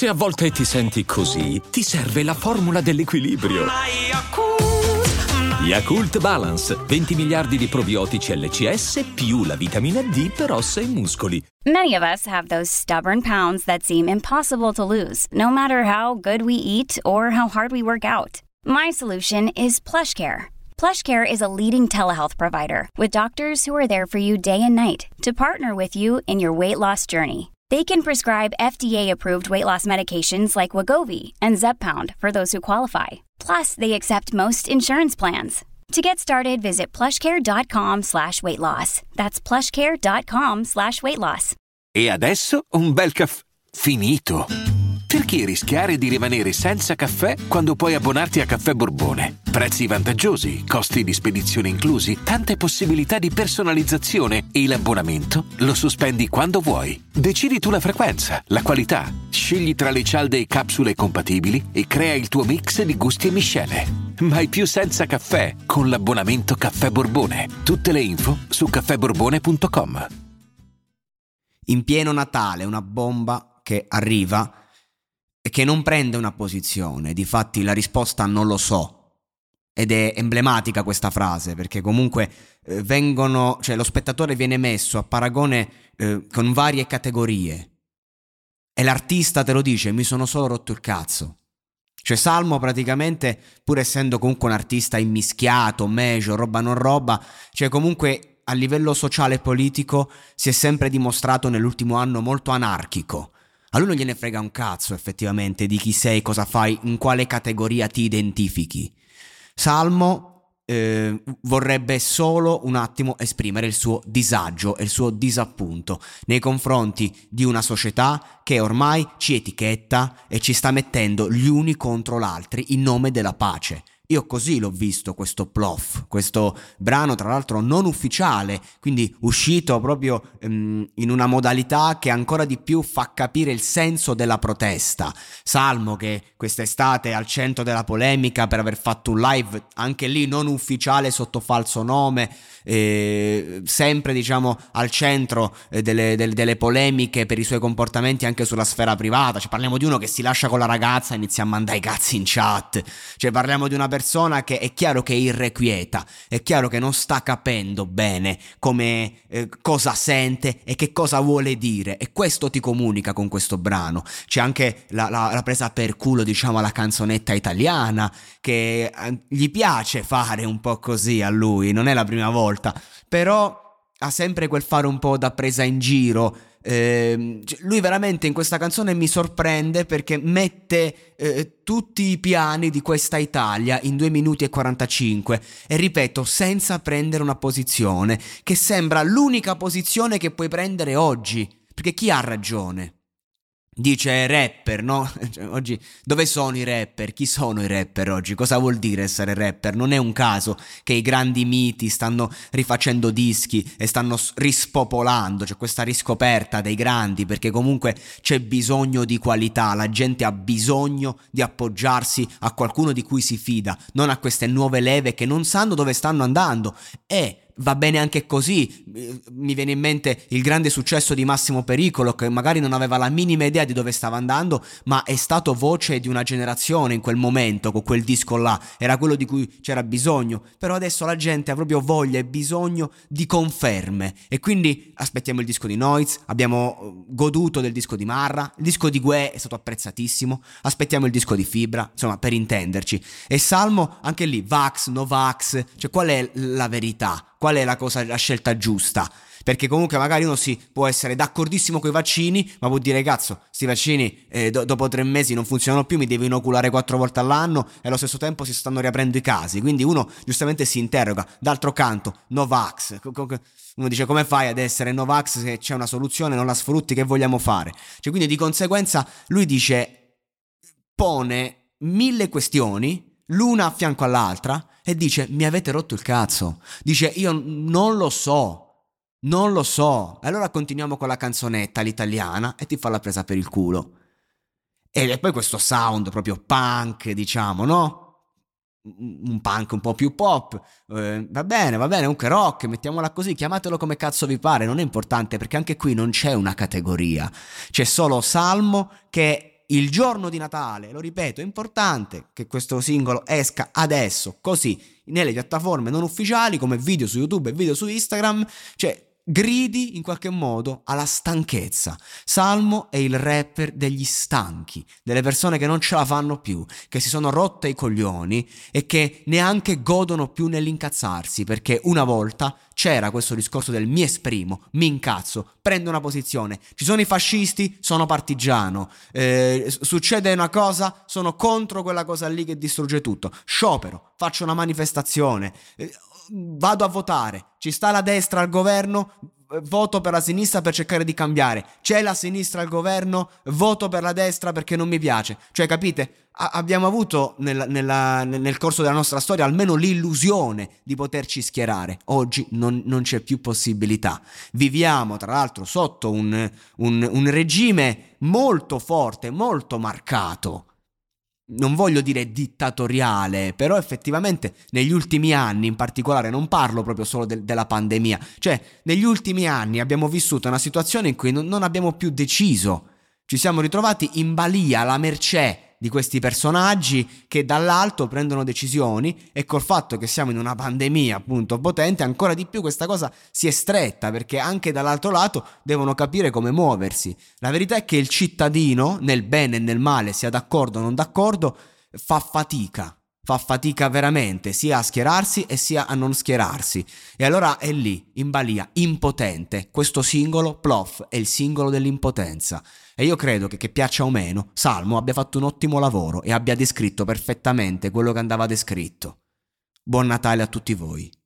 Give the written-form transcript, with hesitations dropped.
Se a volte ti senti così, ti serve la formula dell'equilibrio. Yakult Balance, 20 miliardi di probiotici LCS più la vitamina D per ossa e muscoli. Many of us have those stubborn pounds that seem impossible to lose, no matter how good we eat or how hard we work out. My solution is PlushCare. PlushCare is a leading telehealth provider with doctors who are there for you day and night to partner with you in your weight loss journey. They can prescribe FDA-approved weight loss medications like Wegovy and Zepbound for those who qualify. Plus, they accept most insurance plans. To get started, visit plushcare.com/weight loss. That's plushcare.com/weight loss. E adesso un bel caffè finito. Perché rischiare di rimanere senza caffè quando puoi abbonarti a Caffè Borbone? Prezzi vantaggiosi, costi di spedizione inclusi, tante possibilità di personalizzazione e l'abbonamento lo sospendi quando vuoi. Decidi tu la frequenza, la qualità, scegli tra le cialde e capsule compatibili e crea il tuo mix di gusti e miscele. Mai più senza caffè con l'abbonamento Caffè Borbone. Tutte le info su caffèborbone.com. In pieno Natale, una bomba che arriva e che non prende una posizione. Difatti la risposta non lo so. Ed è emblematica questa frase, perché comunque lo spettatore viene messo a paragone con varie categorie e l'artista te lo dice: mi sono solo rotto il cazzo. Cioè Salmo praticamente, pur essendo comunque un artista immischiato, major, roba non roba, cioè comunque a livello sociale e politico si è sempre dimostrato nell'ultimo anno molto anarchico. A lui non gliene frega un cazzo effettivamente di chi sei, cosa fai, in quale categoria ti identifichi. Salmo vorrebbe solo un attimo esprimere il suo disagio e il suo disappunto nei confronti di una società che ormai ci etichetta e ci sta mettendo gli uni contro l'altri in nome della pace. Io così l'ho visto questo Plof, questo brano tra l'altro non ufficiale, quindi uscito proprio in una modalità che ancora di più fa capire il senso della protesta. Salmo, che quest'estate è al centro della polemica per aver fatto un live anche lì non ufficiale sotto falso nome, sempre diciamo al centro delle polemiche per i suoi comportamenti anche sulla sfera privata. Cioè parliamo di uno che si lascia con la ragazza e inizia a mandare i cazzi in chat. Cioè parliamo di una persona che è chiaro che è irrequieta, è chiaro che non sta capendo bene come cosa sente e che cosa vuole dire, e questo ti comunica con questo brano. C'è anche la presa per culo diciamo alla canzonetta italiana, che gli piace fare un po' così a lui, non è la prima volta, però ha sempre quel fare un po' da presa in giro. Lui veramente in questa canzone mi sorprende perché mette tutti i piani di questa Italia in 2 minuti e 45 e ripeto senza prendere una posizione che sembra l'unica posizione che puoi prendere oggi, perché chi ha ragione? Dice rapper, no? Oggi dove sono i rapper? Chi sono i rapper oggi? Cosa vuol dire essere rapper? Non è un caso che i grandi miti stanno rifacendo dischi e stanno rispopolando, c'è questa riscoperta dei grandi, perché comunque c'è bisogno di qualità, la gente ha bisogno di appoggiarsi a qualcuno di cui si fida, non a queste nuove leve che non sanno dove stanno andando. E va bene anche così. Mi viene in mente il grande successo di Massimo Pericolo, che magari non aveva la minima idea di dove stava andando, ma è stato voce di una generazione in quel momento, con quel disco là, era quello di cui c'era bisogno. Però adesso la gente ha proprio voglia e bisogno di conferme, e quindi aspettiamo il disco di Noiz, abbiamo goduto del disco di Marra, il disco di Guè è stato apprezzatissimo, aspettiamo il disco di Fibra, insomma, per intenderci. E Salmo anche lì, vax, no vax, cioè qual è la verità? Qual è la scelta giusta? Perché comunque magari uno si può essere d'accordissimo con i vaccini, ma può dire cazzo, sti vaccini dopo 3 mesi non funzionano più, mi devo inoculare 4 volte all'anno, e allo stesso tempo si stanno riaprendo i casi. Quindi uno giustamente si interroga. D'altro canto, Novax, uno dice come fai ad essere Novax se c'è una soluzione, non la sfrutti, che vogliamo fare? Cioè quindi di conseguenza lui pone 1000 questioni, l'una a fianco all'altra, e dice mi avete rotto il cazzo. Dice io non lo so. Allora continuiamo con la canzonetta, l'italiana, e ti fa la presa per il culo. E poi questo sound proprio punk, diciamo, no? Un punk un po' più pop. Va bene, comunque rock, mettiamola così, chiamatelo come cazzo vi pare, non è importante, perché anche qui non c'è una categoria. C'è solo Salmo che il giorno di Natale, lo ripeto, è importante che questo singolo esca adesso, così, nelle piattaforme non ufficiali come video su YouTube e video su Instagram, cioè gridi in qualche modo alla stanchezza. Salmo è il rapper degli stanchi, delle persone che non ce la fanno più, che si sono rotte i coglioni e che neanche godono più nell'incazzarsi, perché una volta c'era questo discorso del mi esprimo, mi incazzo, prendo una posizione, ci sono i fascisti, sono partigiano, succede una cosa, sono contro quella cosa lì che distrugge tutto, sciopero, faccio una manifestazione, vado a votare, ci sta la destra al governo, voto per la sinistra per cercare di cambiare, c'è la sinistra al governo, voto per la destra perché non mi piace. Cioè, capite? Abbiamo avuto nel corso della nostra storia almeno l'illusione di poterci schierare. Oggi non c'è più possibilità. Viviamo tra l'altro sotto un regime molto forte, molto marcato. Non voglio dire dittatoriale, però effettivamente negli ultimi anni, in particolare, non parlo proprio solo della pandemia, cioè negli ultimi anni abbiamo vissuto una situazione in cui non abbiamo più deciso, ci siamo ritrovati in balia, alla mercé di questi personaggi che dall'alto prendono decisioni, e col fatto che siamo in una pandemia appunto potente, ancora di più questa cosa si è stretta, perché anche dall'altro lato devono capire come muoversi. La verità è che il cittadino, nel bene e nel male, sia d'accordo o non d'accordo, fa fatica veramente sia a schierarsi e sia a non schierarsi, e allora è lì, in balia, impotente. Questo singolo, Plof, è il singolo dell'impotenza, e io credo che piaccia o meno, Salmo abbia fatto un ottimo lavoro e abbia descritto perfettamente quello che andava descritto. Buon Natale a tutti voi.